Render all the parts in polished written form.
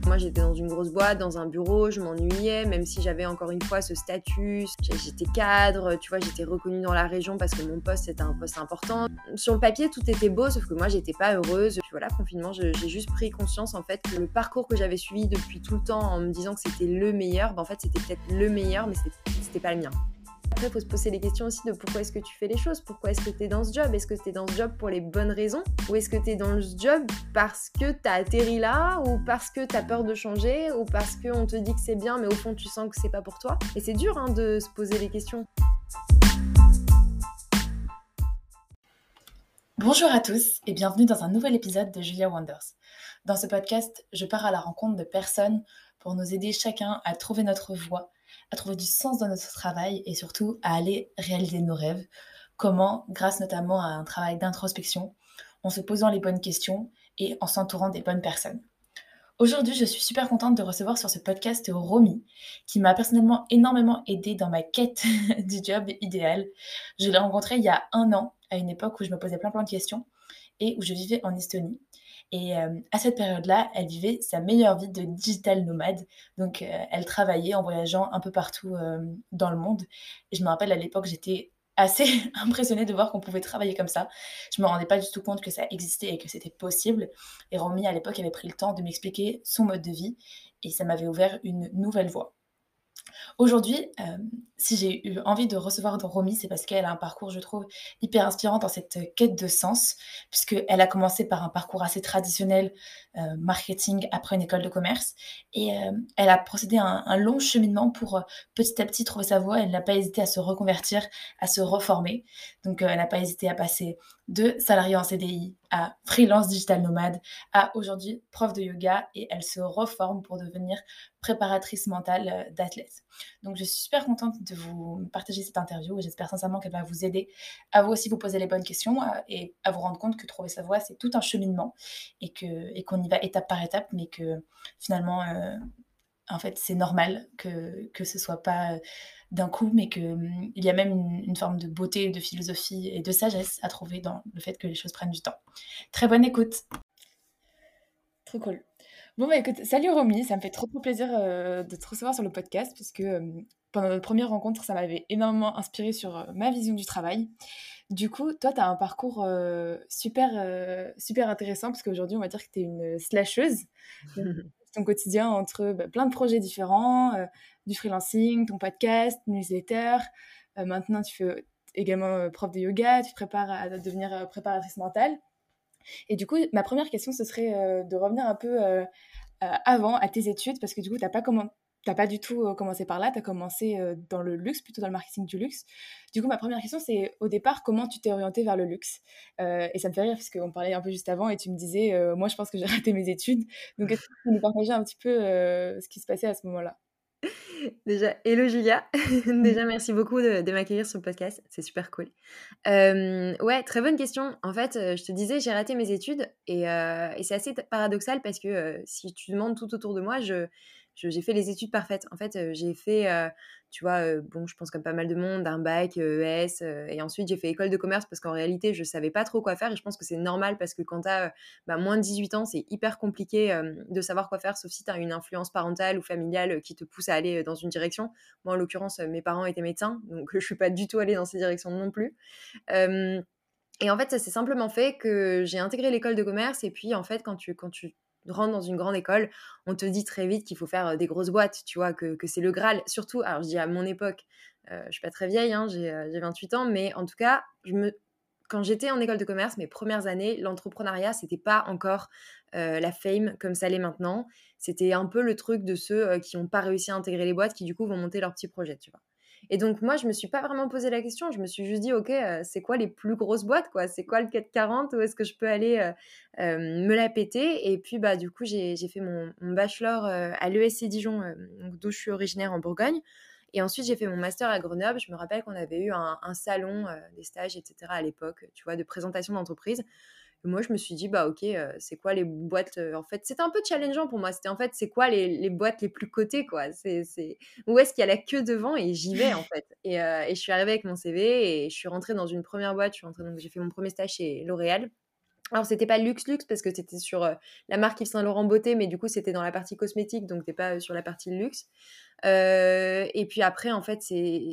Moi, j'étais dans une grosse boîte, dans un bureau, je m'ennuyais, même si j'avais encore une fois ce statut. J'étais cadre, tu vois, j'étais reconnue dans la région parce que mon poste, c'était un poste important. Sur le papier, tout était beau, sauf que moi, j'étais pas heureuse. Puis voilà, confinement, j'ai juste pris conscience, en fait, que le parcours que j'avais suivi depuis tout le temps en me disant que c'était le meilleur, en fait, c'était peut-être le meilleur, mais c'était pas le mien. Après, il faut se poser les questions aussi de pourquoi est-ce que tu fais les choses, pourquoi est-ce que tu es dans ce job, est-ce que tu es dans ce job pour les bonnes raisons, ou est-ce que tu es dans ce job parce que tu as atterri là, ou parce que tu as peur de changer, ou parce qu'on te dit que c'est bien, mais au fond tu sens que c'est pas pour toi. Et c'est dur de se poser les questions. Bonjour à tous et bienvenue dans un nouvel épisode de Julia Wonders. Dans ce podcast, je pars à la rencontre de personnes pour nous aider chacun à trouver notre voie, à trouver du sens dans notre travail et surtout à aller réaliser nos rêves. Comment, grâce notamment à un travail d'introspection, en se posant les bonnes questions et en s'entourant des bonnes personnes. Aujourd'hui, je suis super contente de recevoir sur ce podcast Romy, qui m'a personnellement énormément aidée dans ma quête du job idéal. Je l'ai rencontrée il y a 1 an, à une époque où je me posais plein de questions et où je vivais en Estonie. Et à cette période-là, elle vivait sa meilleure vie de digital nomade. Donc, elle travaillait en voyageant un peu partout dans le monde. Et je me rappelle, à l'époque, j'étais assez impressionnée de voir qu'on pouvait travailler comme ça. Je me rendais pas du tout compte que ça existait et que c'était possible. Et Romy, à l'époque, avait pris le temps de m'expliquer son mode de vie et ça m'avait ouvert une nouvelle voie. Aujourd'hui, si j'ai eu envie de recevoir Romy, c'est parce qu'elle a un parcours, je trouve, hyper inspirant dans cette quête de sens, puisqu'elle a commencé par un parcours assez traditionnel, marketing, après une école de commerce, et elle a procédé à un long cheminement pour petit à petit trouver sa voie. Elle n'a pas hésité à se reconvertir, à se reformer. Donc, elle n'a pas hésité à passer de salarié en CDI à freelance digital nomade, à aujourd'hui prof de yoga, et elle se reforme pour devenir préparatrice mentale d'athlète. Donc, je suis super contente de vous partager cette interview et j'espère sincèrement qu'elle va vous aider à vous aussi vous poser les bonnes questions et à vous rendre compte que trouver sa voie, c'est tout un cheminement et qu'on y va étape par étape, mais que finalement, en fait, c'est normal que ce soit pas d'un coup, mais qu'il y a même une forme de beauté, de philosophie et de sagesse à trouver dans le fait que les choses prennent du temps. Très bonne écoute. Trop cool. Bon, bah écoute, salut Romy, ça me fait trop plaisir de te recevoir sur le podcast parce que pendant notre première rencontre, ça m'avait énormément inspiré sur ma vision du travail. Du coup, toi, tu as un parcours super intéressant parce qu'aujourd'hui, on va dire que tu es une slasheuse. Ton quotidien entre plein de projets différents, du freelancing, ton podcast, newsletter. Maintenant, tu fais également prof de yoga, tu te prépares à devenir préparatrice mentale. Et du coup, ma première question, ce serait de revenir un peu avant à tes études, parce que du coup, t'as pas du tout commencé par là, tu as commencé dans le luxe, plutôt dans le marketing du luxe. Du coup, ma première question, c'est au départ, comment tu t'es orientée vers le luxe et ça me fait rire, parce qu'on parlait un peu juste avant, et tu me disais, moi, je pense que j'ai raté mes études. Donc, est-ce que tu peux nous partager un petit peu ce qui se passait à ce moment-là? Déjà, hello Julia. Déjà, merci beaucoup de m'accueillir sur le podcast. C'est super cool. Ouais, très bonne question. En fait, je te disais, j'ai raté mes études et c'est assez paradoxal parce que si tu demandes tout autour de moi, j'ai fait les études parfaites. En fait, j'ai fait, tu vois, bon, je pense comme pas mal de monde, un bac, ES, et ensuite j'ai fait école de commerce parce qu'en réalité, je savais pas trop quoi faire et je pense que c'est normal parce que quand tu as moins de 18 ans, c'est hyper compliqué de savoir quoi faire, sauf si tu as une influence parentale ou familiale qui te pousse à aller dans une direction. Moi, en l'occurrence, mes parents étaient médecins, donc je suis pas du tout allée dans ces directions non plus. Et en fait, ça s'est simplement fait que j'ai intégré l'école de commerce et puis en fait, quand tu rentres dans une grande école, on te dit très vite qu'il faut faire des grosses boîtes, tu vois, que c'est le Graal. Surtout, alors je dis à mon époque, je suis pas très vieille, hein, j'ai 28 ans, mais en tout cas, quand j'étais en école de commerce, mes premières années, l'entrepreneuriat, c'était pas encore la fame comme ça l'est maintenant. C'était un peu le truc de ceux qui n'ont pas réussi à intégrer les boîtes, qui du coup vont monter leur petit projet, tu vois. Et donc moi, je me suis pas vraiment posé la question. Je me suis juste dit, ok, c'est quoi les plus grosses boîtes, quoi? C'est quoi le 440? Où est-ce que je peux aller me la péter? Et puis du coup, j'ai fait mon bachelor à l'ESC Dijon, d'où je suis originaire en Bourgogne. Et ensuite, j'ai fait mon master à Grenoble. Je me rappelle qu'on avait eu un salon, des stages, etc. à l'époque, tu vois, de présentation d'entreprise. Et moi, je me suis dit, ok, c'est quoi les boîtes en fait, c'était un peu challengeant pour moi. C'était en fait, c'est quoi les boîtes les plus cotées, quoi. Où est-ce qu'il y a la queue devant et j'y vais, en fait. Et je suis arrivée avec mon CV et je suis rentrée dans une première boîte. Donc, j'ai fait mon premier stage chez L'Oréal. Alors, c'était pas luxe, luxe, parce que c'était sur la marque Yves Saint Laurent Beauté, mais du coup, c'était dans la partie cosmétique, donc t'es pas sur la partie luxe. Et puis après, en fait,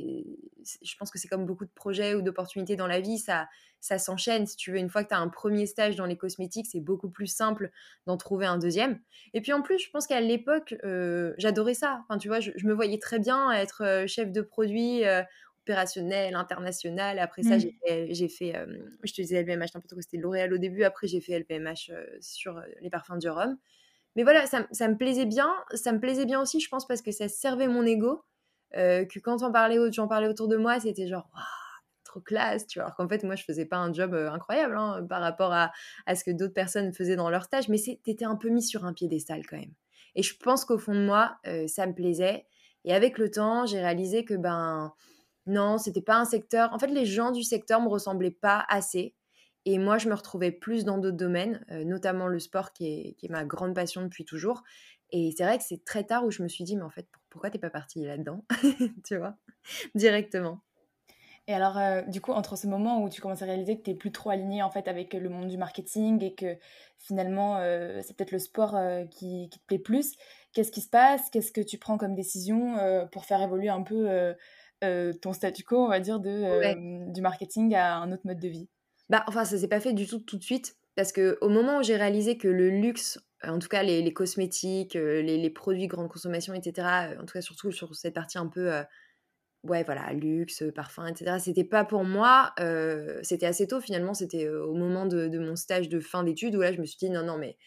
je pense que c'est comme beaucoup de projets ou d'opportunités dans la vie, ça s'enchaîne. Si tu veux, une fois que tu as un premier stage dans les cosmétiques, c'est beaucoup plus simple d'en trouver un deuxième. Et puis en plus, je pense qu'à l'époque, j'adorais ça. Enfin, tu vois, je me voyais très bien être chef de produit. Opérationnel, international. Après ça, Mmh. j'ai fait je te disais LVMH, n'importe quoi, c'était L'Oréal au début. Après, j'ai fait LVMH sur les parfums du rhum. Mais voilà, ça me plaisait bien. Ça me plaisait bien aussi, je pense, parce que ça servait mon ego. Que quand j'en parlais autour de moi, c'était genre, waouh, trop classe, tu vois. Alors qu'en fait, moi, je faisais pas un job incroyable hein, par rapport à ce que d'autres personnes faisaient dans leur stage, mais t'étais un peu mis sur un piédestal quand même. Et je pense qu'au fond de moi, ça me plaisait. Et avec le temps, j'ai réalisé que ben non, c'était pas un secteur. En fait, les gens du secteur me ressemblaient pas assez. Et moi, je me retrouvais plus dans d'autres domaines, notamment le sport qui est ma grande passion depuis toujours. Et c'est vrai que c'est très tard où je me suis dit, mais en fait, pourquoi t'es pas partie là-dedans? Tu vois? Directement. Et alors, du coup, entre ce moment où tu commences à réaliser que tu es plus trop aligné en fait, avec le monde du marketing et que finalement, c'est peut-être le sport, qui te plaît plus, qu'est-ce qui se passe? Qu'est-ce que tu prends comme décision, pour faire évoluer un peu, ton statu quo, on va dire, Ouais. du marketing à un autre mode de vie? Bah, enfin, ça s'est pas fait du tout de suite. Parce que au moment où j'ai réalisé que le luxe, en tout cas les cosmétiques, les produits grande consommation, et cetera, en tout cas surtout sur cette partie un peu, ouais, voilà, luxe, parfum, et cetera. C'était pas pour moi, c'était assez tôt finalement, c'était, au moment de mon stage de fin d'études où là, je me suis dit: «Non, non, mais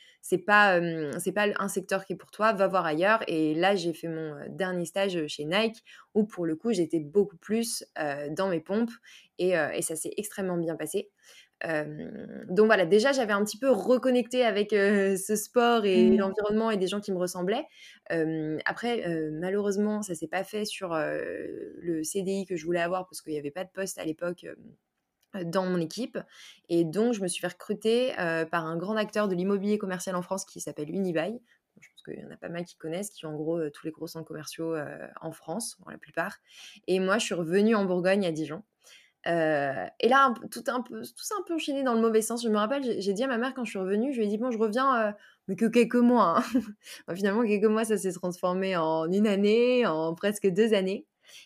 c'est pas un secteur qui est pour toi, va voir ailleurs» et là, j'ai fait mon, dernier stage, chez Nike où pour le coup, j'étais beaucoup plus, dans mes pompes et ça s'est extrêmement bien passé. Donc voilà, déjà, j'avais un petit peu reconnecté avec, ce sport et Mmh. l'environnement et des gens qui me ressemblaient. Après, malheureusement, ça s'est pas fait sur, le CDI que je voulais avoir parce qu'il y avait pas de poste à l'époque, dans mon équipe et donc je me suis fait recruter, par un grand acteur de l'immobilier commercial en France qui s'appelle Unibail. Je pense qu'il y en a pas mal qui connaissent, qui ont en gros, tous les gros centres commerciaux, en France, pour la plupart et moi, je suis revenue en Bourgogne, à Dijon. Et là, tout s'est un peu enchaîné dans le mauvais sens. Je me rappelle, j'ai dit à ma mère quand je suis revenue, je lui ai dit: «Bon, je reviens, mais que quelques mois, hein». Bah, finalement, quelques mois, ça s'est transformé en une année, en presque 2 années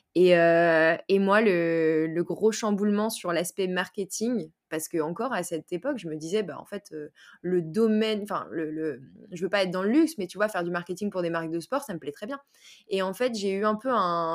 et moi, le gros chamboulement sur l'aspect marketing, parce que encore à cette époque, je me disais: «Bah, en fait, le domaine enfin, je veux pas être dans le luxe, mais tu vois, faire du marketing pour des marques de sport, ça me plaît très bien» et en fait, j'ai eu un peu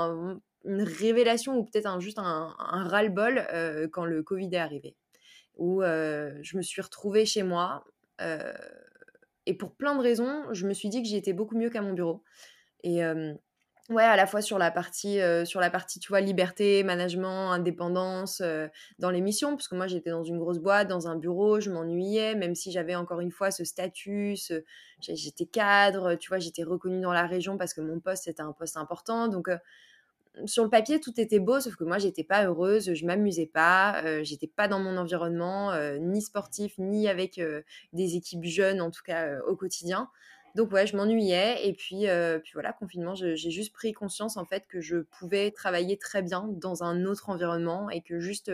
une révélation ou peut-être juste un ras-le-bol, quand le covid est arrivé. Où, je me suis retrouvée chez moi, heu et pour plein de raisons, je me suis dit que j'y étais beaucoup mieux qu'à mon bureau et ouais, à la fois sur la partie, tu vois, liberté, management, indépendance, dans les missions, parce que moi, j'étais dans une grosse boîte, dans un bureau, je m'ennuyais, même si j'avais encore une fois ce statut, j'étais cadre, tu vois, j'étais reconnue dans la région parce que mon poste, c'était un poste important. Donc, sur le papier, tout était beau, sauf que moi, j'étais pas heureuse, je m'amusais pas, j'étais pas dans mon environnement, ni sportif, ni avec, des équipes jeunes, en tout cas, au quotidien. Donc ouais, je m'ennuyais et puis voilà, confinement, j'ai juste pris conscience, en fait, que je pouvais travailler très bien dans un autre environnement et que juste,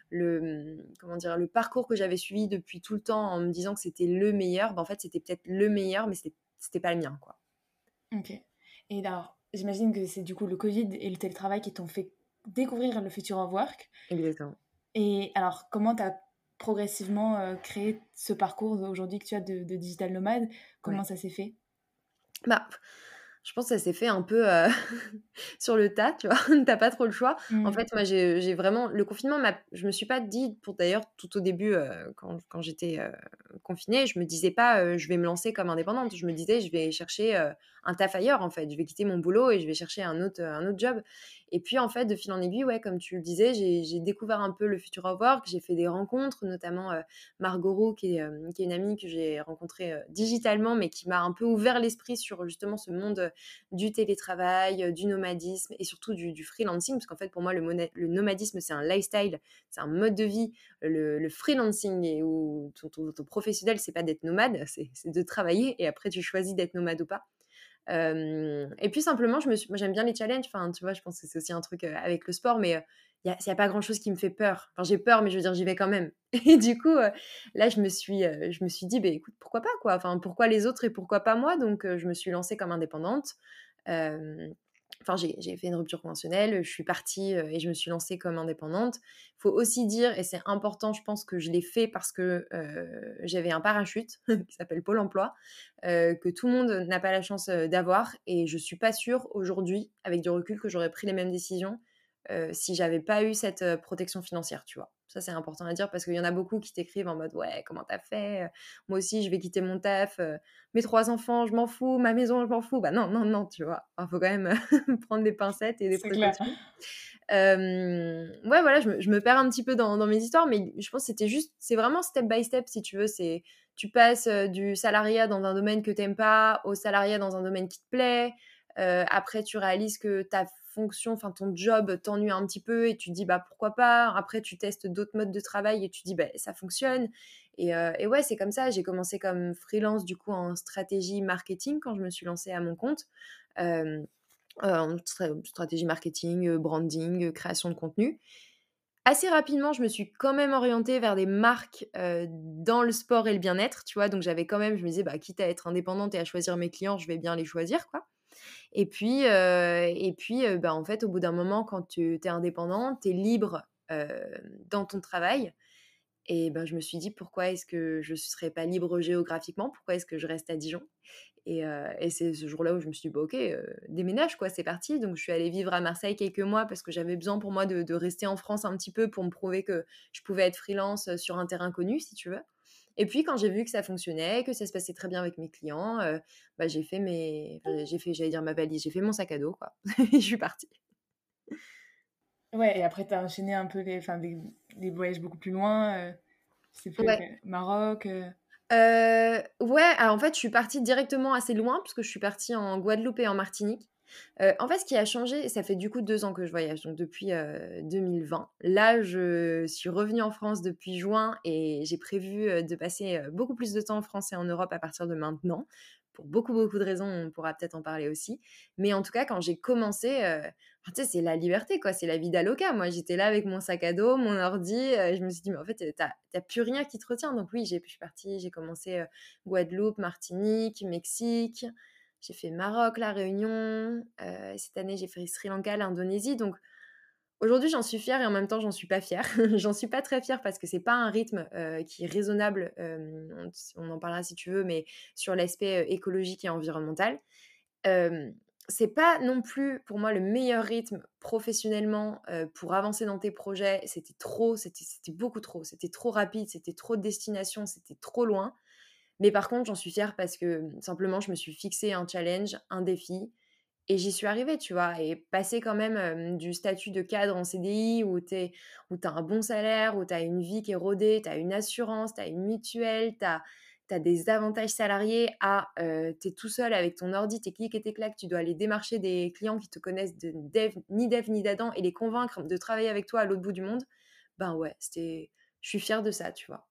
comment dire? Le parcours que j'avais suivi depuis tout le temps en me disant que c'était le meilleur, bah, en fait, c'était peut-être le meilleur, mais c'était pas le mien, quoi. OK. Et alors, j'imagine que c'est du coup le covid et le télétravail qui t'ont fait découvrir le future of work. Exactement. Et alors, comment tu as progressivement, créé ce parcours aujourd'hui que tu as de digital nomade? Ouais. Comment ça s'est fait? Bah, je pense que ça s'est fait un peu, sur le tas, tu vois? Tu pas trop le choix. En Mmh. fait, moi, j'ai vraiment le confinement je me suis pas dit pour d'ailleurs tout au début, quand j'étais, confinée, je me disais pas, «Je vais me lancer comme indépendante». Je me disais: «Je vais chercher, un taf ailleurs, en fait. Je vais quitter mon boulot et je vais chercher un autre job» et puis, en fait, de fil en aiguille, ouais, comme tu le disais, j'ai découvert un peu le future of work. J'ai fait des rencontres, notamment, Margot Roux qui est une amie que j'ai rencontrée, digitalement, mais qui m'a un peu ouvert l'esprit sur justement ce monde, du télétravail, du nomadisme et surtout du freelancing. Parce qu'en fait, pour moi, le nomadisme, c'est un lifestyle, c'est un mode de vie. Le freelancing ou ton professionnel, c'est pas d'être nomade, c'est de travailler et après tu choisis d'être nomade ou pas. Et puis simplement, moi j'aime bien les challenges. Enfin, tu vois, je pense que c'est aussi un truc, avec le sport, mais, y a pas grand chose qui me fait peur. Enfin, j'ai peur, mais je veux dire, j'y vais quand même. Et du coup, là, je me suis dit: «Beh, écoute, pourquoi pas, quoi? Enfin, pourquoi les autres et pourquoi pas moi?» Donc je me suis lancée comme indépendante. Hem, enfin, j'ai fait une rupture conventionnelle, je suis partie, et je me suis lancée comme indépendante. Faut aussi dire, et c'est important, je pense que je l'ai fait parce que, j'avais un parachute qui s'appelle Pôle emploi, que tout le monde n'a pas la chance, d'avoir, et je suis pas sûre aujourd'hui, avec du recul, que j'aurais pris les mêmes décisions, si j'avais pas eu cette, protection financière, tu vois? Ça, c'est important à dire parce qu'il y en a beaucoup qui t'écrivent en mode: «Ouais, comment t'as fait? Moi aussi, je vais quitter mon taf, mes 3 enfants, je m'en fous, ma maison, je m'en fous». Bah non, non, non, tu vois? Enfin, faut quand même prendre des pincettes et des C'est clair. précautions. Ouais, voilà, je me perds un petit peu dans mes histoires, mais je pense que c'est vraiment step by step, si tu veux. C'est Tu passes, du salariat dans un domaine que tu aimes pas au salariat dans un domaine qui te plaît. Après tu réalises que ta fonction, enfin ton job t'ennuie un petit peu et tu te dis: «Bah, pourquoi pas?» Après tu testes d'autres modes de travail et tu te dis: «Bah, ça fonctionne», et ouais, c'est comme ça. J'ai commencé comme freelance, du coup, en stratégie marketing quand je me suis lancée à mon compte. Hem En stratégie marketing, branding, création de contenu. Assez rapidement, je me suis quand même orientée vers des marques, dans le sport et le bien-être, tu vois? Donc j'avais quand même, je me disais: «Bah, quitte à être indépendante et à choisir mes clients, je vais bien les choisir, quoi». Et puis, bah, en fait, au bout d'un moment, quand tu es indépendante, tu es libre, dans ton travail, et ben, je me suis dit: «Pourquoi est-ce que je ne serais pas libre géographiquement? Pourquoi est-ce que je reste à Dijon?» Et c'est ce jour-là où je me suis dit: «Bah, OK, déménage, quoi, c'est parti». Donc je suis allée vivre à Marseille quelques mois parce que j'avais besoin pour moi de rester en France un petit peu pour me prouver que je pouvais être freelance, sur un terrain connu, si tu veux. Et puis quand j'ai vu que ça fonctionnait, que ça se passait très bien avec mes clients, bah, j'ai fait, j'allais dire ma valise, j'ai fait mon sac à dos, quoi. Et je suis partie. Ouais, et après tu as enchaîné un peu des voyages beaucoup plus loin, je sais plus, Ouais. Maroc, Ouais, alors en fait, je suis partie directement assez loin puisque je suis partie en Guadeloupe et en Martinique. En fait, ce qui a changé, ça fait du coup 2 ans que je voyage, donc depuis, 2020. Là, je suis revenue en France depuis juin et j'ai prévu, de passer, beaucoup plus de temps en France et en Europe à partir de maintenant. Pour beaucoup, beaucoup de raisons, on pourra peut-être en parler aussi. Mais en tout cas, quand j'ai commencé, enfin, tu sais, c'est la liberté, quoi, c'est la vida loca. Moi, j'étais là avec mon sac à dos, mon ordi, je me suis dit: «Mais en fait, tu plus rien qui te retient». Donc oui, je suis partie, j'ai commencé, Guadeloupe, Martinique, Mexique, j'ai fait Maroc, La Réunion, cette année, j'ai fait Sri Lanka, l'Indonésie. Donc aujourd'hui, j'en suis fière et en même temps, j'en suis pas fière. J'en suis pas très fière parce que c'est pas un rythme, qui est raisonnable, on en parlera si tu veux, mais sur l'aspect, écologique et environnemental. Hem, c'est pas non plus pour moi le meilleur rythme professionnellement, pour avancer dans tes projets. C'était trop, c'était beaucoup trop, c'était trop rapide, c'était trop de destinations, c'était trop loin. Mais par contre, j'en suis fière parce que, simplement, je me suis fixé un challenge, un défi, et j'y suis arrivée, tu vois? Et passer quand même, du statut de cadre en CDI où tu as un bon salaire, où tu as une vie qui est rodée, tu as une assurance, tu as une mutuelle, tu as des avantages salariés, à, tu es tout seul avec ton ordi, tes clics et tes claques, tu dois aller démarcher des clients qui te connaissent ni d'Ève ni d'Adam et les convaincre de travailler avec toi à l'autre bout du monde. Ben ouais, je suis fière de ça, tu vois?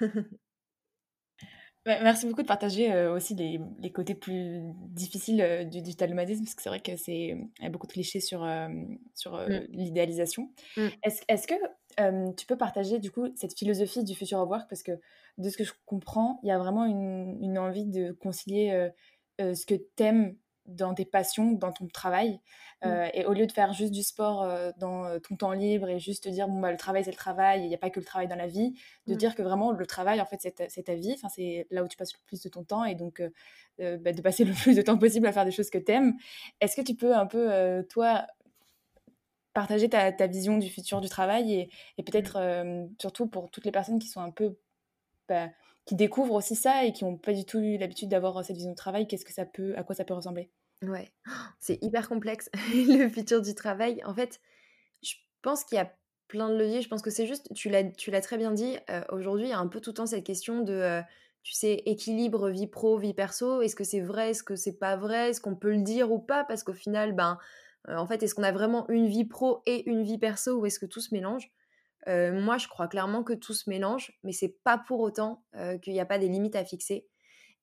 Ouais, merci beaucoup de partager, aussi les côtés plus difficiles, du digital nomadisme, parce que c'est vrai que il y a beaucoup de clichés sur Mmh. l'idéalisation. Mmh. Est-ce que, tu peux partager du coup cette philosophie du future of work? Parce que de ce que je comprends, il y a vraiment une envie de concilier, ce que tu aimes dans tes passions, dans ton travail, Mmh. et au lieu de faire juste du sport, dans, ton temps libre et juste te dire: «Bon, bah, le travail, c'est le travail, il y a pas que le travail dans la vie», de Mmh. dire que vraiment le travail, en fait, c'est ta vie, enfin, c'est là où tu passes le plus de ton temps, et donc bah, de passer le plus de temps possible à faire des choses que tu aimes. Est-ce que tu peux un peu, toi, partager ta vision du futur du travail, et Mmh. peut-être, surtout pour toutes les personnes qui sont un peu, bah, qui découvrent aussi ça et qui ont pas du tout eu l'habitude d'avoir cette vision de travail, à quoi ça peut ressembler? Ouais, c'est hyper complexe, le futur du travail. En fait, je pense qu'il y a plein de leviers. Je pense que c'est juste, tu l'as très bien dit, aujourd'hui, il y a un peu tout le temps cette question de, tu sais, équilibre vie pro, vie perso. Est-ce que c'est vrai? Est-ce que c'est pas vrai? Est-ce qu'on peut le dire ou pas? Parce qu'au final, ben, en fait, est-ce qu'on a vraiment une vie pro et une vie perso, ou est-ce que tout se mélange? Moi, je crois clairement que tout se mélange, mais c'est pas pour autant, qu'il y a pas des limites à fixer.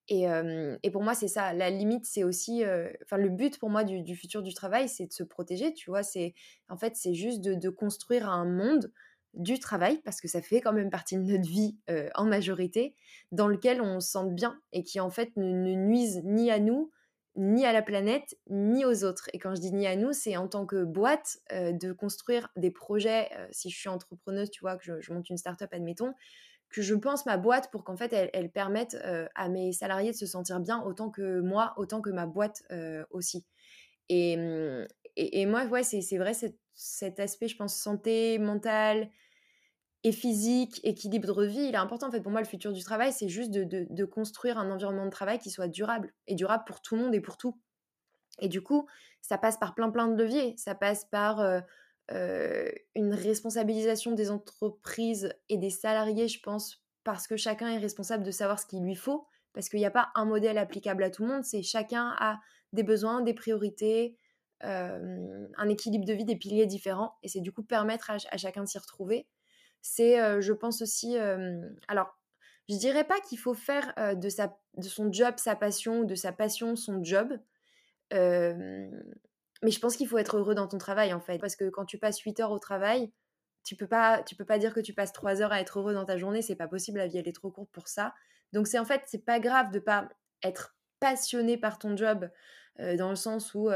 Et pour moi, c'est ça. La limite, c'est aussi, enfin, le but pour moi du futur du travail, c'est de se protéger, tu vois. En fait, c'est juste de construire un monde du travail, parce que ça fait quand même partie de notre vie en majorité, dans lequel on se sente bien et qui en fait ne nuise ni à nous, ni à la planète, ni aux autres. Et quand je dis ni à nous, c'est en tant que boîte de construire des projets. Si je suis entrepreneuse, tu vois, que je monte une start-up, admettons, que je pense ma boîte pour qu'en fait elle permette à mes salariés de se sentir bien autant que moi, autant que ma boîte aussi. Et, et moi, ouais, c'est vrai, cet aspect, je pense, santé mentale et physique, équilibre de vie, il est important. En fait, pour moi, le futur du travail, c'est juste de construire un environnement de travail qui soit durable, et durable pour tout le monde et pour tout. Et du coup, ça passe par plein de leviers. Ça passe par une responsabilisation des entreprises et des salariés, je pense, parce que chacun est responsable de savoir ce qu'il lui faut, parce qu'il n'y a pas un modèle applicable à tout le monde, c'est chacun a des besoins, des priorités, un équilibre de vie, des piliers différents, et c'est du coup permettre à chacun de s'y retrouver. C'est, je pense aussi, alors, je dirais pas qu'il faut faire de son job sa passion, ou de sa passion son job, mais je pense qu'il faut être heureux dans ton travail, en fait. Parce que quand tu passes 8 heures au travail, tu peux pas dire que tu passes 3 heures à être heureux dans ta journée, c'est pas possible, la vie elle est trop courte pour ça. Donc c'est, en fait, c'est pas grave de pas être passionné par ton job, dans le sens où,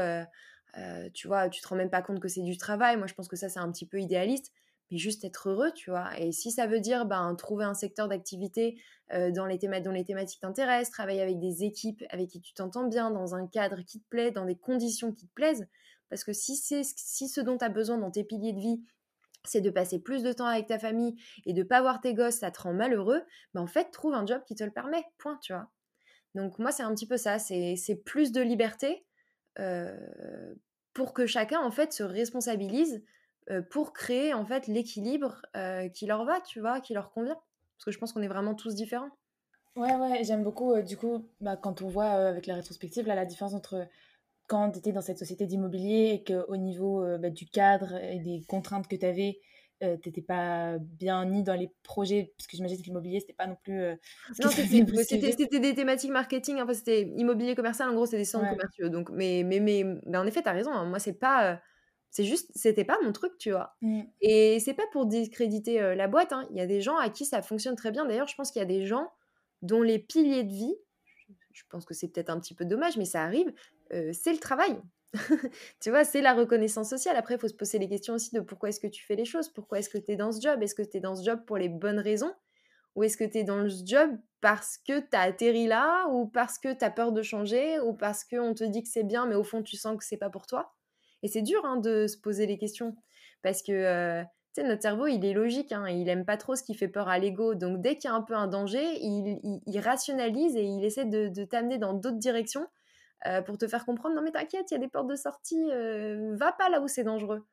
tu vois, tu te rends même pas compte que c'est du travail. Moi, je pense que ça, c'est un petit peu idéaliste, mais juste être heureux, tu vois. Et si ça veut dire, ben, trouver un secteur d'activité dont les thématiques t'intéressent, travailler avec des équipes avec qui tu t'entends bien, dans un cadre qui te plaît, dans des conditions qui te plaisent, parce que si ce dont tu as besoin dans tes piliers de vie, c'est de passer plus de temps avec ta famille et de pas voir tes gosses, ça te rend malheureux, ben en fait, trouve un job qui te le permet, point, tu vois. Donc moi, c'est un petit peu ça, c'est plus de liberté euh, pour que chacun, en fait, se responsabilise pour créer, en fait, l'équilibre qui leur va, tu vois, qui leur convient. Parce que je pense qu'on est vraiment tous différents. Ouais, ouais, j'aime beaucoup, du coup, bah, quand on voit avec la rétrospective, là, la différence entre quand tu étais dans cette société d'immobilier et qu'au niveau bah, du cadre et des contraintes que tu avais, t'étais pas bien ni dans les projets, parce que j'imagine que l'immobilier, c'était pas non plus ce qui Non, te faisait c'était bousculer. c'était des thématiques marketing, enfin, c'était immobilier commercial, en gros, c'est des centres Ouais. commerciaux. Donc, mais en effet, tu as raison, hein, moi, c'est pas, c'est juste, c'était pas mon truc, tu vois. Mm. Et c'est pas pour discréditer la boîte, hein. Il y a des gens à qui ça fonctionne très bien. D'ailleurs, je pense qu'il y a des gens dont les piliers de vie, je pense que c'est peut-être un petit peu dommage, mais ça arrive, c'est le travail. Tu vois, c'est la reconnaissance sociale. Après, il faut se poser les questions aussi de pourquoi est-ce que tu fais les choses, pourquoi est-ce que tu es dans ce job, est-ce que tu es dans ce job pour les bonnes raisons, ou est-ce que tu es dans ce job parce que tu as atterri là, ou parce que tu as peur de changer, ou parce qu'on te dit que c'est bien, mais au fond, tu sens que c'est pas pour toi. Et c'est dur, hein, de se poser les questions. Parce que tu sais, notre cerveau, il est logique, hein, il aime pas trop ce qui fait peur à l'ego. Donc dès qu'il y a un peu un danger, il rationalise et il essaie de t'amener dans d'autres directions pour te faire comprendre, non mais t'inquiète, il y a des portes de sortie, va pas là où c'est dangereux.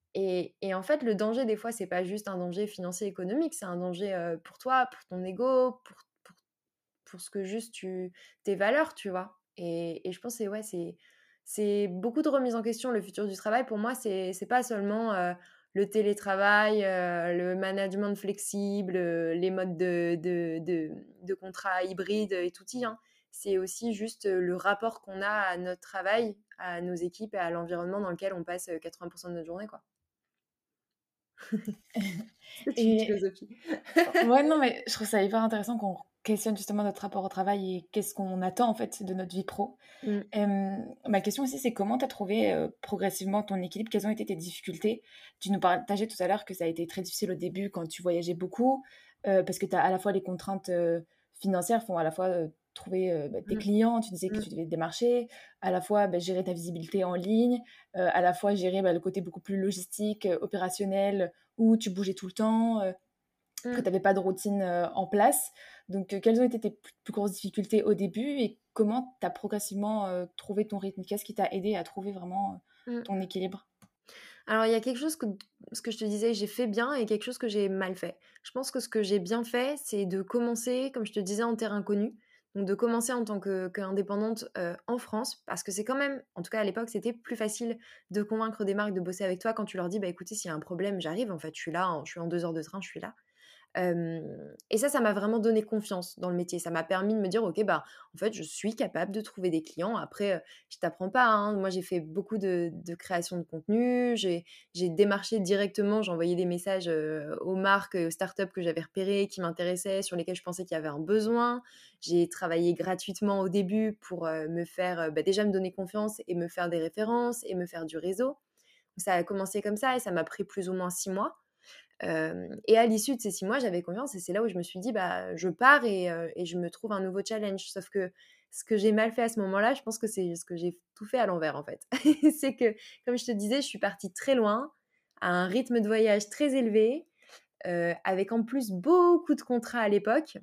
Et en fait, le danger, des fois, c'est pas juste un danger financier, économique, c'est un danger pour toi, pour ton ego, pour ce que juste tes valeurs, tu vois. Et je pense que ouais, c'est beaucoup de remise en question, le futur du travail. Pour moi, c'est pas seulement le télétravail, le management flexible, les modes de contrat hybride et tout, hein. C'est aussi juste le rapport qu'on a à notre travail, à nos équipes et à l'environnement dans lequel on passe 80% de notre journée, quoi. C'est une Et philosophie. ouais, non, mais je trouve ça hyper intéressant qu'on questionne justement notre rapport au travail et qu'est-ce qu'on attend en fait de notre vie pro. Mm. Ma question aussi, c'est comment tu as trouvé progressivement ton équilibre? Quelles ont été tes difficultés? Tu nous partageais tout à l'heure que ça a été très difficile au début quand tu voyageais beaucoup, parce que tu as à la fois les contraintes financières, font à la fois trouver bah, tes Mm. clients, tu disais que Mm. tu devais te démarcher, à la fois bah, gérer ta visibilité en ligne, à la fois gérer bah, le côté beaucoup plus logistique, opérationnel, où tu bougeais tout le temps. Que tu Mm. n'avais pas de routine en place. Donc, quelles ont été tes plus grosses difficultés au début et comment tu as progressivement trouvé ton rythme? Qu'est-ce qui t'a aidé à trouver vraiment Mm. ton équilibre? Alors, il y a quelque chose ce que je te disais, j'ai fait bien, et quelque chose que j'ai mal fait. Je pense que ce que j'ai bien fait, c'est de commencer, comme je te disais, en terrain connu. Donc, de commencer en tant qu'indépendante en France, parce que c'est quand même, en tout cas à l'époque, c'était plus facile de convaincre des marques de bosser avec toi quand tu leur dis, bah écoutez, s'il y a un problème, j'arrive, en fait, je suis là, je suis en 2 heures de train, je suis là. Et ça m'a vraiment donné confiance dans le métier. Ça m'a permis de me dire: «OK, bah, en fait, je suis capable de trouver des clients». Après, je t'apprends pas, hein, moi j'ai fait beaucoup de création de contenu, j'ai démarché directement, j'ai envoyé des messages, aux marques et aux startups que j'avais repérées, qui m'intéressaient, sur lesquelles je pensais qu'il y avait un besoin. J'ai travaillé gratuitement au début pour, me faire, bah, déjà me donner confiance et me faire des références et me faire du réseau. Ça a commencé comme ça et ça m'a pris plus ou moins 6 mois. Et à l'issue de ces 6 mois, j'avais confiance et c'est là où je me suis dit: «Bah, je pars et je me trouve un nouveau challenge». Sauf que ce que j'ai mal fait à ce moment-là, je pense que c'est ce que j'ai tout fait à l'envers, en fait. C'est que, comme je te disais, je suis partie très loin, à un rythme de voyage très élevé, avec en plus beaucoup de contrats à l'époque.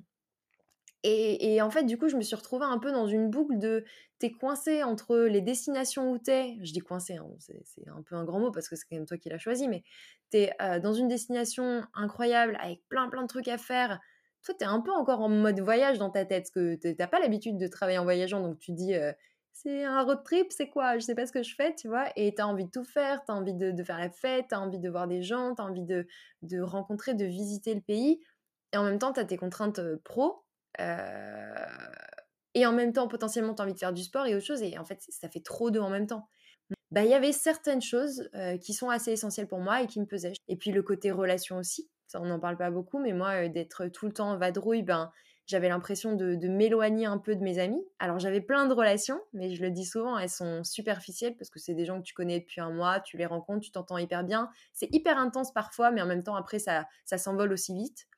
Et en fait, du coup, je me suis retrouvée un peu dans une boucle de tu es coincée entre les destinations où tu es, je dis coincée, hein, c'est un peu un grand mot parce que c'est quand même toi qui l'as choisi, mais tu es, dans une destination incroyable avec plein, plein de trucs à faire. Toi, tu es un peu encore en mode voyage dans ta tête parce que tu pas l'habitude de travailler en voyageant, donc tu te dis, «C'est un road trip, c'est quoi? Je sais pas ce que je fais», tu vois? Et tu as envie de tout faire, tu as envie de faire la fête, tu as envie de voir des gens, tu as envie de rencontrer, de visiter le pays et en même temps, tu as tes contraintes, pro. Heu et en même temps, potentiellement, tu as envie de faire du sport et autre chose et en fait, ça fait trop de en même temps. Bah, il y avait certaines choses, qui sont assez essentielles pour moi et qui me pesaient. Et puis le côté relation aussi, ça on n'en parle pas beaucoup, mais moi, d'être tout le temps en vadrouille, ben, j'avais l'impression de m'éloigner un peu de mes amis. Alors j'avais plein de relations, mais je le dis souvent, elles sont superficielles parce que c'est des gens que tu connais depuis un mois, tu les rencontres, tu t'entends hyper bien. C'est hyper intense parfois, mais en même temps après ça s'envole aussi vite.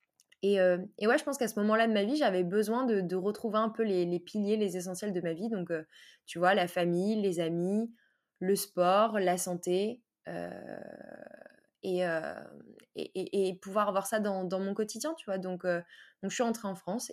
Et ouais, je pense qu'à ce moment-là de ma vie, j'avais besoin de retrouver un peu les piliers, les essentiels de ma vie. Donc, tu vois, la famille, les amis, le sport, la santé, et, et pouvoir avoir ça dans mon quotidien, tu vois. Donc je suis rentrée en France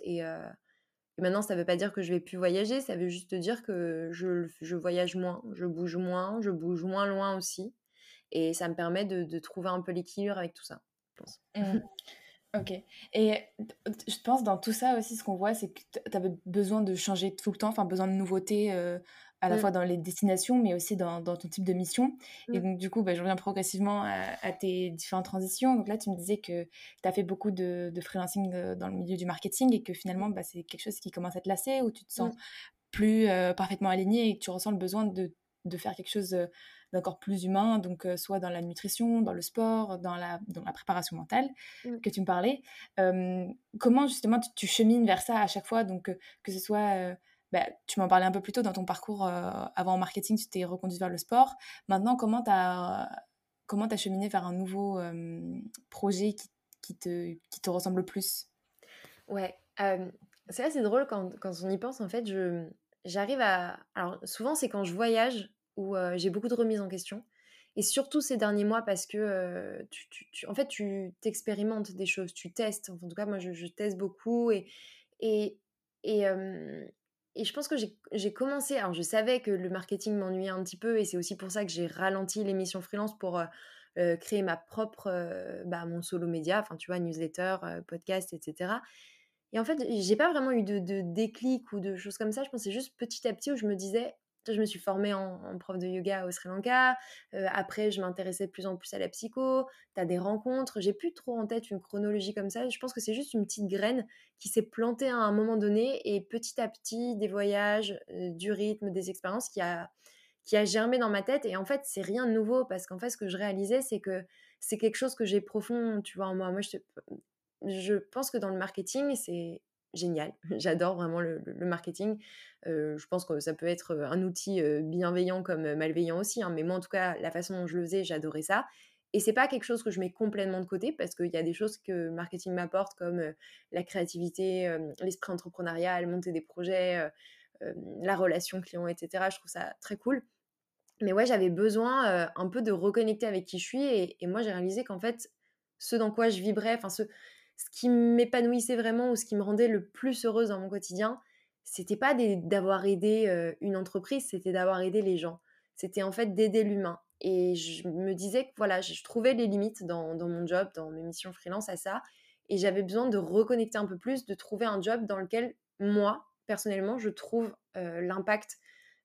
et maintenant, ça ne veut pas dire que je vais plus voyager, ça veut juste dire que je voyage moins, je bouge moins loin aussi. Et ça me permet de trouver un peu l'équilibre avec tout ça, je pense. Mmh. OK. Et je pense dans tout ça aussi, ce qu'on voit, c'est que tu avais besoin de changer tout le temps, enfin besoin de nouveautés, à la Mmh, fois dans les destinations, mais aussi dans ton type de mission. Et mmh, donc du coup, bah, je reviens progressivement à tes différentes transitions. Donc là, tu me disais que tu as fait beaucoup de freelancing, dans le milieu du marketing et que finalement, bah, c'est quelque chose qui commence à te lasser, où tu te sens mmh, plus, parfaitement aligné et que tu ressens le besoin de faire quelque chose, d'encore plus humain, donc soit dans la nutrition, dans le sport, dans la préparation mentale mmh. que tu me parlais. Comment justement tu chemines vers ça à chaque fois? Donc, que ce soit, bah, tu m'en parlais un peu plus tôt dans ton parcours, avant en marketing, tu t'es reconduite vers le sport. Maintenant, comment tu as cheminé vers un nouveau, projet qui te ressemble le plus? Ouais, c'est assez drôle quand on y pense, en fait, j'arrive à alors souvent, c'est quand je voyage où, j'ai beaucoup de remises en question et surtout ces derniers mois parce que, tu en fait, tu t'expérimentes des choses, tu testes. Enfin, en tout cas, moi, je teste beaucoup et et hem et je pense que j'ai commencé alors je savais que le marketing m'ennuyait un petit peu et c'est aussi pour ça que j'ai ralenti l'émission freelance pour, créer ma propre, bah, mon solo média, enfin, tu vois, newsletter, podcast et cetera. Et en fait, j'ai pas vraiment eu de déclic ou de choses comme ça. Je pense que c'est juste petit à petit où je me disais tu vois, je me suis formée en prof de yoga au Sri Lanka, après je m'intéressais de plus en plus à la psycho, tu as des rencontres. J'ai plus trop en tête une chronologie comme ça. Je pense que c'est juste une petite graine qui s'est plantée à un moment donné et petit à petit, des voyages, du rythme, des expériences qui a germé dans ma tête et en fait, c'est rien de nouveau parce qu'en fait, ce que je réalisais, c'est que c'est quelque chose que j'ai profond, tu vois, en moi. Moi, je pense que dans le marketing, c'est génial. J'adore vraiment le marketing. Je pense que ça peut être, un outil, bienveillant comme, malveillant aussi, hein, mais moi, en tout cas, la façon dont je le faisais, j'adorais ça et c'est pas quelque chose que je mets complètement de côté parce qu'il y a des choses que le marketing m'apporte comme, la créativité, l'esprit entrepreneurial, monter des projets, la relation client et cetera. Je trouve ça très cool. Mais ouais, j'avais besoin, un peu de reconnecter avec qui je suis et moi, j'ai réalisé qu'en fait, ce dans quoi je vibrais, enfin ce qui m'épanouissait vraiment ou ce qui me rendait le plus heureuse dans mon quotidien, c'était pas d'avoir aidé, une entreprise, c'était d'avoir aidé les gens. C'était en fait d'aider l'humain et je me disais que voilà, je trouvais les limites dans mon job, dans mes missions freelance à ça et j'avais besoin de reconnecter un peu plus, de trouver un job dans lequel moi, personnellement, je trouve, l'impact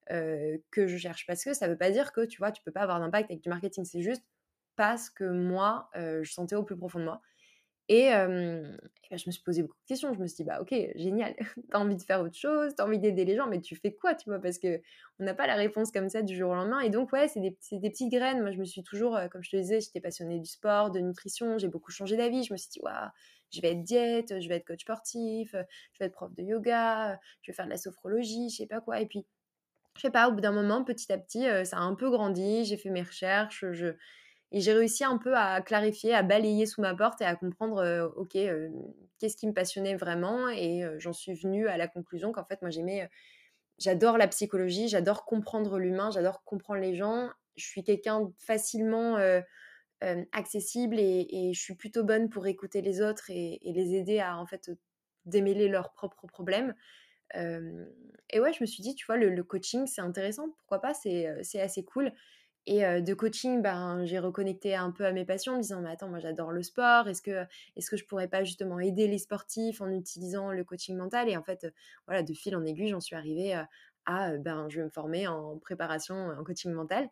que je cherche. Parce que ça veut pas dire que, tu vois, tu peux pas avoir d'impact avec du marketing. C'est juste parce que moi, je sentais au plus profond de moi. Et je me suis posé beaucoup de questions. Je me suis dit: «Bah, OK, génial, tu as envie de faire autre chose, tu as envie d'aider les gens, mais tu fais quoi?» tu vois? Parce qu'on n'a pas la réponse comme ça du jour au lendemain et donc ouais, c'est des petites graines. Moi, je me suis toujours, comme je te disais, j'étais passionnée du sport, de nutrition, j'ai beaucoup changé d'avis. Je me suis dit: «Waouh, je vais être diète, je vais être coach sportif, je vais être prof de yoga, je vais faire de la sophrologie», je sais pas quoi et puis, je sais pas, au bout d'un moment, petit à petit, ça a un peu grandi. J'ai fait mes recherches, et j'ai réussi un peu à clarifier, à balayer sous ma porte et à comprendre, OK, qu'est-ce qui me passionnait vraiment et j'en suis venue à la conclusion qu'en fait, moi, j'adore la psychologie, j'adore comprendre l'humain, j'adore comprendre les gens. Je suis quelqu'un de facilement, accessible et je suis plutôt bonne pour écouter les autres et les aider à, en fait, démêler leurs propres problèmes. Hem Et ouais, je me suis dit: «Tu vois, le coaching, c'est intéressant, pourquoi pas? C'est assez cool». Et de coaching, ben, j'ai reconnecté un peu à mes passions en me disant: «Mais attends, moi j'adore le sport, est-ce que je pourrais pas justement aider les sportifs en utilisant le coaching mental?» Et en fait, voilà, de fil en aiguille, j'en suis arrivée, ben, je vais me former en préparation, en coaching mental.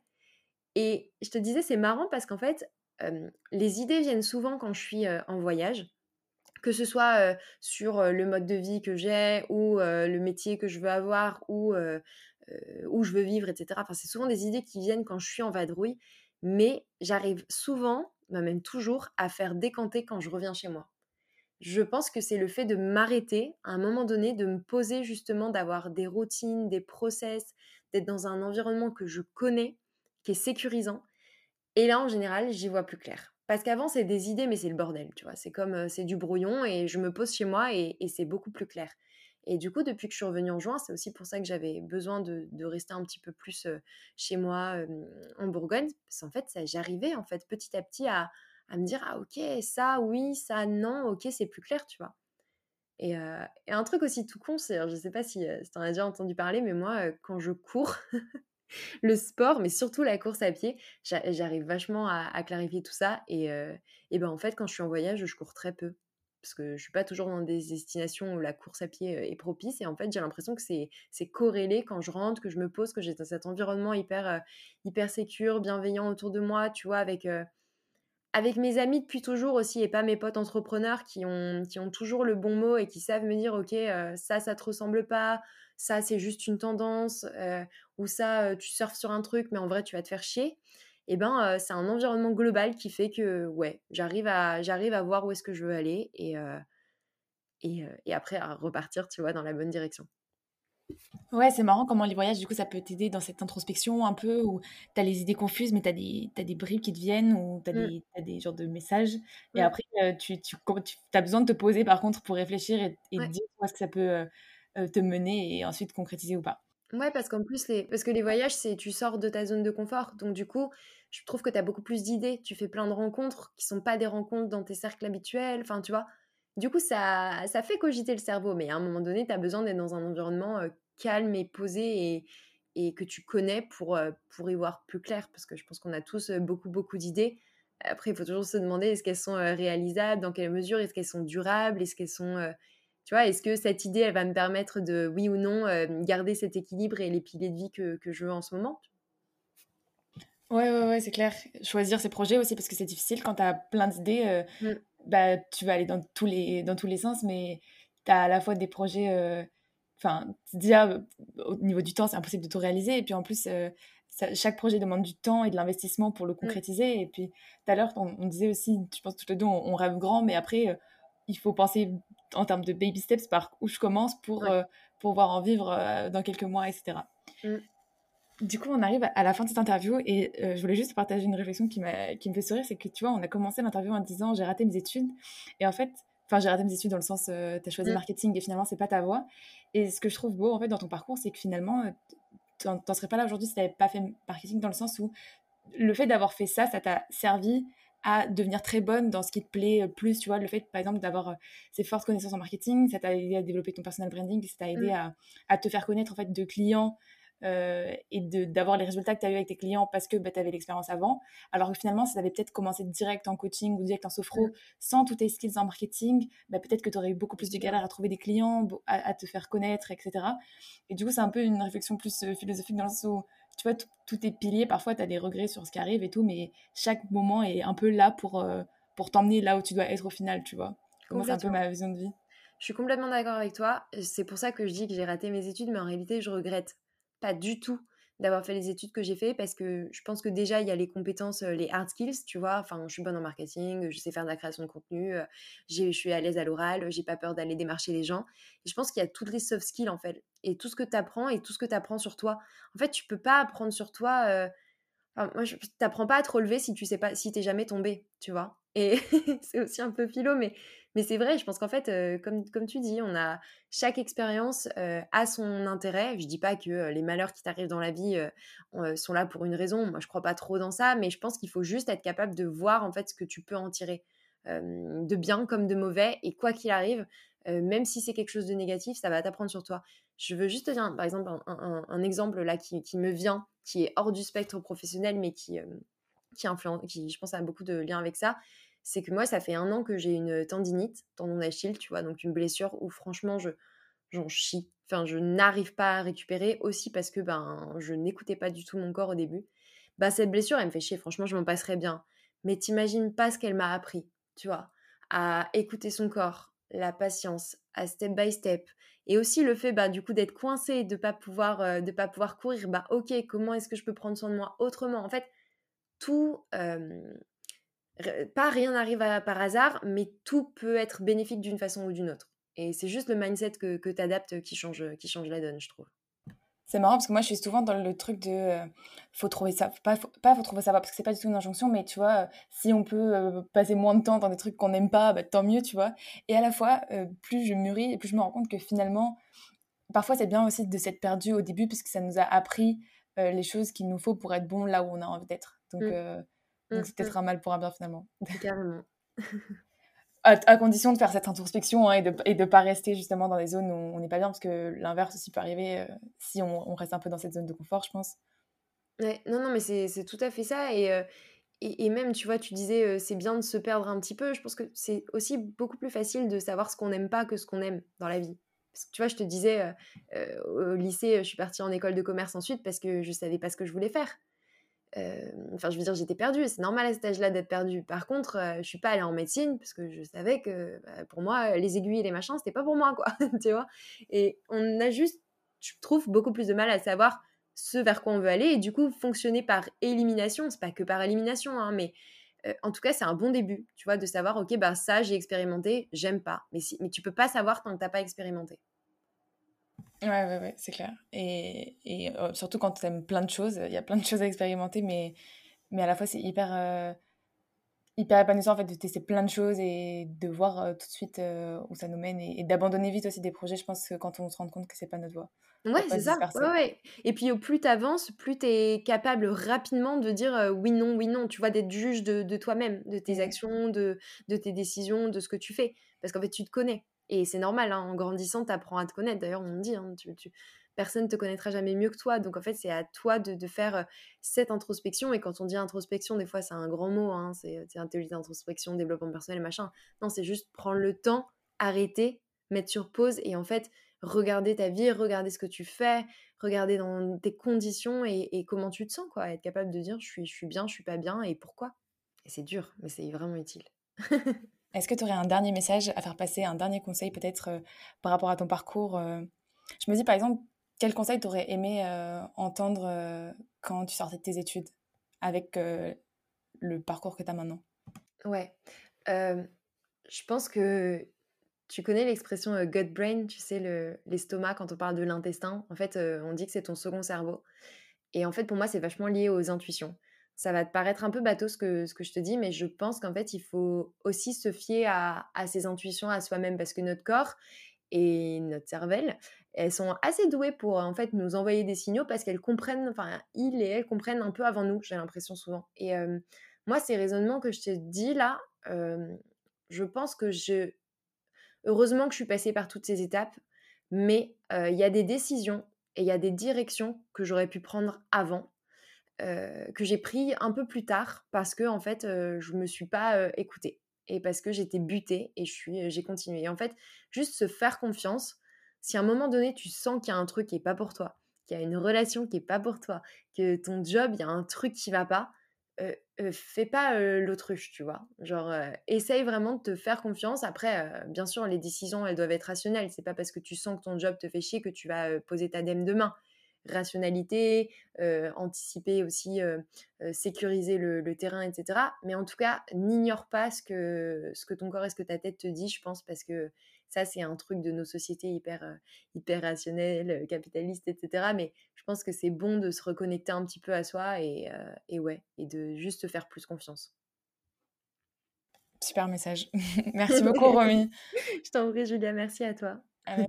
Et je te disais, c'est marrant parce qu'en fait, les idées viennent souvent quand je suis, en voyage, que ce soit, sur, le mode de vie que j'ai ou, le métier que je veux avoir ou, où je veux vivre et cetera. Enfin, c'est souvent des idées qui viennent quand je suis en vadrouille, mais j'arrive souvent, bah, même toujours, à faire décanter quand je reviens chez moi. Je pense que c'est le fait de m'arrêter à un moment donné, de me poser justement, d'avoir des routines, des process, d'être dans un environnement que je connais, qui est sécurisant et là, en général, j'y vois plus clair. Parce qu'avant, c'est des idées, mais c'est le bordel, tu vois? C'est comme, c'est du brouillon et je me pose chez moi et c'est beaucoup plus clair. Et du coup, depuis que je suis revenue en juin, c'est aussi pour ça que j'avais besoin de rester un petit peu plus, chez moi, en Bourgogne. Parce qu'en fait, ça j'arrivais, en fait, petit à petit à me dire: «Ah OK, ça oui, ça non, OK, c'est plus clair», tu vois? Et un truc aussi tout con, c'est alors je sais pas si tu en as déjà entendu parler, mais moi, quand je cours, le sport, mais surtout la course à pied, j'arrive vachement à clarifier tout ça et ben, en fait, quand je suis en voyage, je cours très peu. Parce que je suis pas toujours dans des destinations où la course à pied, est propice et en fait, j'ai l'impression que c'est corrélé quand je rentre, que je me pose, que j'ai dans cet environnement hyper sécure, bienveillant autour de moi, tu vois? Avec mes amis depuis toujours aussi et pas mes potes entrepreneurs qui ont toujours le bon mot et qui savent me dire: «OK, ça te ressemble pas, ça, c'est juste une tendance, ou ça, tu surfes sur un truc, mais en vrai, tu vas te faire chier». Et ben, c'est un environnement global qui fait que, ouais, j'arrive à voir où est-ce que je veux aller et après à repartir, tu vois, dans la bonne direction. Ouais, c'est marrant comment les voyages, du coup, ça peut t'aider dans cette introspection un peu où tu as les idées confuses, mais tu as des bribes qui te viennent ou tu as Mmh, des genres de messages et mmh, après, tu as besoin de te poser par contre pour réfléchir et te ouais. dire où est-ce que ça peut, te mener et ensuite concrétiser ou pas. Ouais, parce qu'en plus, parce que les voyages, c'est tu sors de ta zone de confort. Donc, du coup, je trouve que tu as beaucoup plus d'idées. Tu fais plein de rencontres qui sont pas des rencontres dans tes cercles habituels. Enfin, tu vois. Du coup, ça fait cogiter le cerveau. Mais à un moment donné, tu as besoin d'être dans un environnement calme et posé et que tu connais pour y voir plus clair. Parce que je pense qu'on a tous beaucoup, beaucoup d'idées. Après, il faut toujours se demander est-ce qu'elles sont réalisables, dans quelle mesure, est-ce qu'elles sont durables, est-ce qu'elles sont tu vois, est-ce que cette idée, elle va me permettre de, oui ou non, garder cet équilibre et les piliers de vie que je veux en ce moment? Ouais, ouais, ouais, c'est clair. Choisir ses projets aussi parce que c'est difficile quand tu as plein d'idées, Mmh, bah, tu vas aller dans tous les sens, mais tu as à la fois des projets, enfin, déjà, au niveau du temps, c'est impossible de tout réaliser et puis en plus, chaque projet demande du temps et de l'investissement pour le mmh, concrétiser et puis tout à l'heure, on disait aussi, je pense toutes les 2, on rêve grand, mais après, il faut penser en termes de baby steps par où je commence ouais, pour pouvoir en vivre, dans quelques mois et cetera. mmh, Du coup, on arrive à la fin de cette interview et je voulais juste partager une réflexion qui me fait sourire, c'est que tu vois, on a commencé l'interview en disant j'ai raté mes études et en fait, enfin j'ai raté mes études dans le sens tu as choisi mmh, marketing et finalement c'est pas ta voie. Et ce que je trouve beau en fait dans ton parcours, c'est que finalement t'en serais pas là aujourd'hui si t'avais pas fait marketing dans le sens où le fait d'avoir fait ça, ça t'a servi à devenir très bonne dans ce qui te plaît plus, tu vois, le fait par exemple d'avoir ces fortes connaissances en marketing, ça t'a aidé à développer ton personal branding, ça t'a aidé mmh, à te faire connaître en fait de clients et d'avoir les résultats que tu as eu avec tes clients parce que bah, tu avais l'expérience avant. Alors que finalement, si tu avais peut-être commencé direct en coaching ou direct en mmh, sophro sans tous tes skills en marketing, bah, peut-être que tu aurais eu beaucoup plus de c'est sûr. galères à trouver des clients, à te faire connaître, etc. Et du coup, c'est un peu une réflexion plus philosophique dans le sens où, tu vois, tout est pilier. Parfois, tu as des regrets sur ce qui arrive et tout, mais chaque moment est un peu là pour t'emmener là où tu dois être au final, tu vois. Moi, c'est un peu Complètement. ma vision de vie. Je suis complètement d'accord avec toi. C'est pour ça que je dis que j'ai raté mes études, mais en réalité, je regrette pas du tout d'avoir fait les études que j'ai fait parce que je pense que déjà, il y a les compétences, les hard skills, tu vois. Enfin, je suis bonne en marketing, je sais faire de la création de contenu, je suis à l'aise à l'oral, j'ai pas peur d'aller démarcher les gens. Et je pense qu'il y a toutes les soft skills, en fait. Et tout ce que tu apprends et tout ce que tu apprends sur toi. En fait, tu peux pas apprendre sur toi. Enfin, moi, t'apprends pas à te relever si tu sais pas, si t'es jamais tombé, tu vois. Et c'est aussi un peu philo, mais c'est vrai. Je pense qu'en fait, comme tu dis, chaque expérience a son intérêt. Je dis pas que les malheurs qui t'arrivent dans la vie sont là pour une raison. Moi, je crois pas trop dans ça, mais je pense qu'il faut juste être capable de voir en fait ce que tu peux en tirer, de bien comme de mauvais. Et quoi qu'il arrive, même si c'est quelque chose de négatif, ça va t'apprendre sur toi. Je veux juste te dire, par exemple, un exemple là qui me vient, qui est hors du spectre professionnel, mais qui, je pense, a beaucoup de liens avec ça. C'est que moi, ça fait 1 an que j'ai une tendinite, tendon d'Achille, tu vois, donc une blessure où franchement, j'en chie. Enfin, je n'arrive pas à récupérer aussi parce que je n'écoutais pas du tout mon corps au début. Cette blessure, elle me fait chier. Franchement, je m'en passerais bien. Mais t'imagines pas ce qu'elle m'a appris, tu vois, à écouter son corps, la patience, à step by step. Et aussi le fait, du coup, d'être coincé, de pas pouvoir courir. Ok, comment est-ce que je peux prendre soin de moi autrement? En fait, tout, pas rien n'arrive par hasard, mais tout peut être bénéfique d'une façon ou d'une autre. Et c'est juste le mindset que tu adaptes qui change la donne, je trouve. C'est marrant parce que moi, je suis souvent dans le truc de faut trouver ça, pas faut trouver ça va, parce que c'est pas du tout une injonction, mais tu vois, si on peut passer moins de temps dans des trucs qu'on n'aime pas, bah, tant mieux, tu vois. Et à la fois, plus je mûris et plus je me rends compte que finalement, parfois c'est bien aussi de s'être perdu au début parce que ça nous a appris les choses qu'il nous faut pour être bon là où on a envie d'être. Donc, Mm, donc c'est peut-être un mal pour un bien finalement. carrément. À condition de faire cette introspection, hein, et de pas rester justement dans des zones où on n'est pas bien, parce que l'inverse aussi peut arriver si on reste un peu dans cette zone de confort, je pense. Ouais, non, non, mais c'est tout à fait ça. Et même, tu vois, tu disais, c'est bien de se perdre un petit peu. Je pense que c'est aussi beaucoup plus facile de savoir ce qu'on n'aime pas que ce qu'on aime dans la vie. Parce que tu vois, je te disais, au lycée, je suis partie en école de commerce ensuite parce que je savais pas ce que je voulais faire. Enfin, je veux dire, j'étais perdue. C'est normal à cet âge-là d'être perdue. Par contre, je suis pas allée en médecine parce que je savais que, pour moi, les aiguilles et les machins, c'était pas pour moi, quoi. Tu vois? Et on a juste, je trouve, beaucoup plus de mal à savoir ce vers quoi on veut aller et du coup, fonctionner par élimination. C'est pas que par élimination, hein, mais en tout cas, c'est un bon début, tu vois, de savoir: «OK, ça, j'ai expérimenté, j'aime pas». Mais tu peux pas savoir tant que tu pas expérimenté. Ouais, ouais, ouais, c'est clair. Et surtout quand tu aimes plein de choses, il y a plein de choses à expérimenter, mais à la fois, c'est hyper épanouissant en fait de tester plein de choses et de voir tout de suite où ça nous mène et d'abandonner vite aussi des projets, je pense, que quand on se rend compte que c'est pas notre voie, Ouais, pour pas c'est se ça. Ouais, disperser. ouais. Et puis, au plus tu avances, plus tu es capable rapidement de dire, oui, non, tu vois? D'être juge de toi-même, de tes Mm. actions, de tes décisions, de ce que tu fais. Parce qu'en fait, tu te connais et c'est normal, hein, en grandissant, tu apprends à te connaître. D'ailleurs, on me dit, hein, personne te connaîtra jamais mieux que toi. Donc en fait, c'est à toi de faire, cette introspection et quand on dit introspection, des fois, c'est un grand mot, hein, c'est intelligence, introspection, développement personnel, machin. Non, c'est juste prendre le temps, arrêter, mettre sur pause et en fait, regarder ta vie, regarder ce que tu fais, regarder dans tes conditions et comment tu te sens, quoi. Être capable de dire: «Je suis bien, je suis pas bien et pourquoi?» Et c'est dur, mais c'est vraiment utile. Est-ce que tu aurais un dernier message à faire passer, un dernier conseil peut-être par rapport à ton parcours Je me dis par exemple, quel conseil t'aurais aimé entendre quand tu sortais de tes études avec le parcours que tu as maintenant? Ouais, hem, je pense que tu connais l'expression, gut brain, tu sais, l'estomac quand on parle de l'intestin? En fait, on dit que c'est ton second cerveau et en fait, pour moi, c'est vachement lié aux intuitions. Ça va te paraître un peu bateau ce que je te dis, mais je pense qu'en fait, il faut aussi se fier à ses intuitions, à soi-même parce que notre corps et notre cervelle, elles sont assez douées pour, en fait, nous envoyer des signaux parce qu'elles comprennent, enfin, ils et elles comprennent un peu avant nous, j'ai l'impression souvent. Et moi, ces raisonnements que je te dis là, je pense que heureusement que je suis passée par toutes ces étapes, mais il y a des décisions et il y a des directions que j'aurais pu prendre avant, que j'ai pris un peu plus tard parce que en fait, je me suis pas, écoutée et parce que j'étais butée et j'ai continué et en fait, juste se faire confiance. Si à un moment donné, tu sens qu'il y a un truc qui est pas pour toi, qu'il y a une relation qui est pas pour toi, que ton job, il y a un truc qui va pas, fais pas l'autruche, tu vois. Genre, essaye vraiment de te faire confiance. Après, bien sûr, les décisions, elles doivent être rationnelles. C'est pas parce que tu sens que ton job te fait chier que tu vas poser ta dème demain. Rationalité, anticiper aussi, sécuriser le terrain, etc. Mais en tout cas, n'ignore pas ce que ton corps et ce que ta tête te dit, je pense, parce que ça, c'est un truc de nos sociétés hyper rationnelles, capitalistes, etc. Mais je pense que c'est bon de se reconnecter un petit peu à soi et ouais, et de juste te faire plus confiance. Super message. Merci beaucoup, Romy. Je t'en prie, Julia, merci à toi.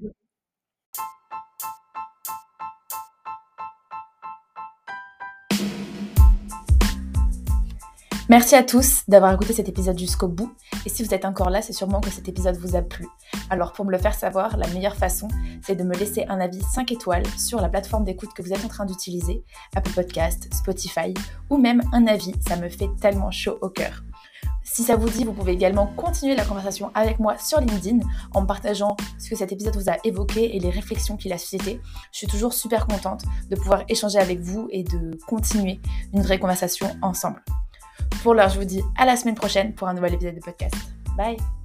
Merci à tous d'avoir écouté cet épisode jusqu'au bout. Et si vous êtes encore là, c'est sûrement que cet épisode vous a plu. Alors pour me le faire savoir, la meilleure façon, c'est de me laisser un avis 5 étoiles sur la plateforme d'écoute que vous êtes en train d'utiliser, Apple Podcast, Spotify, ou même un avis, ça me fait tellement chaud au cœur. Si ça vous dit, vous pouvez également continuer la conversation avec moi sur LinkedIn en me partageant ce que cet épisode vous a évoqué et les réflexions qu'il a suscité. Je suis toujours super contente de pouvoir échanger avec vous et de continuer une vraie conversation ensemble. Pour l'heure, je vous dis à la semaine prochaine pour un nouvel épisode de podcast. Bye!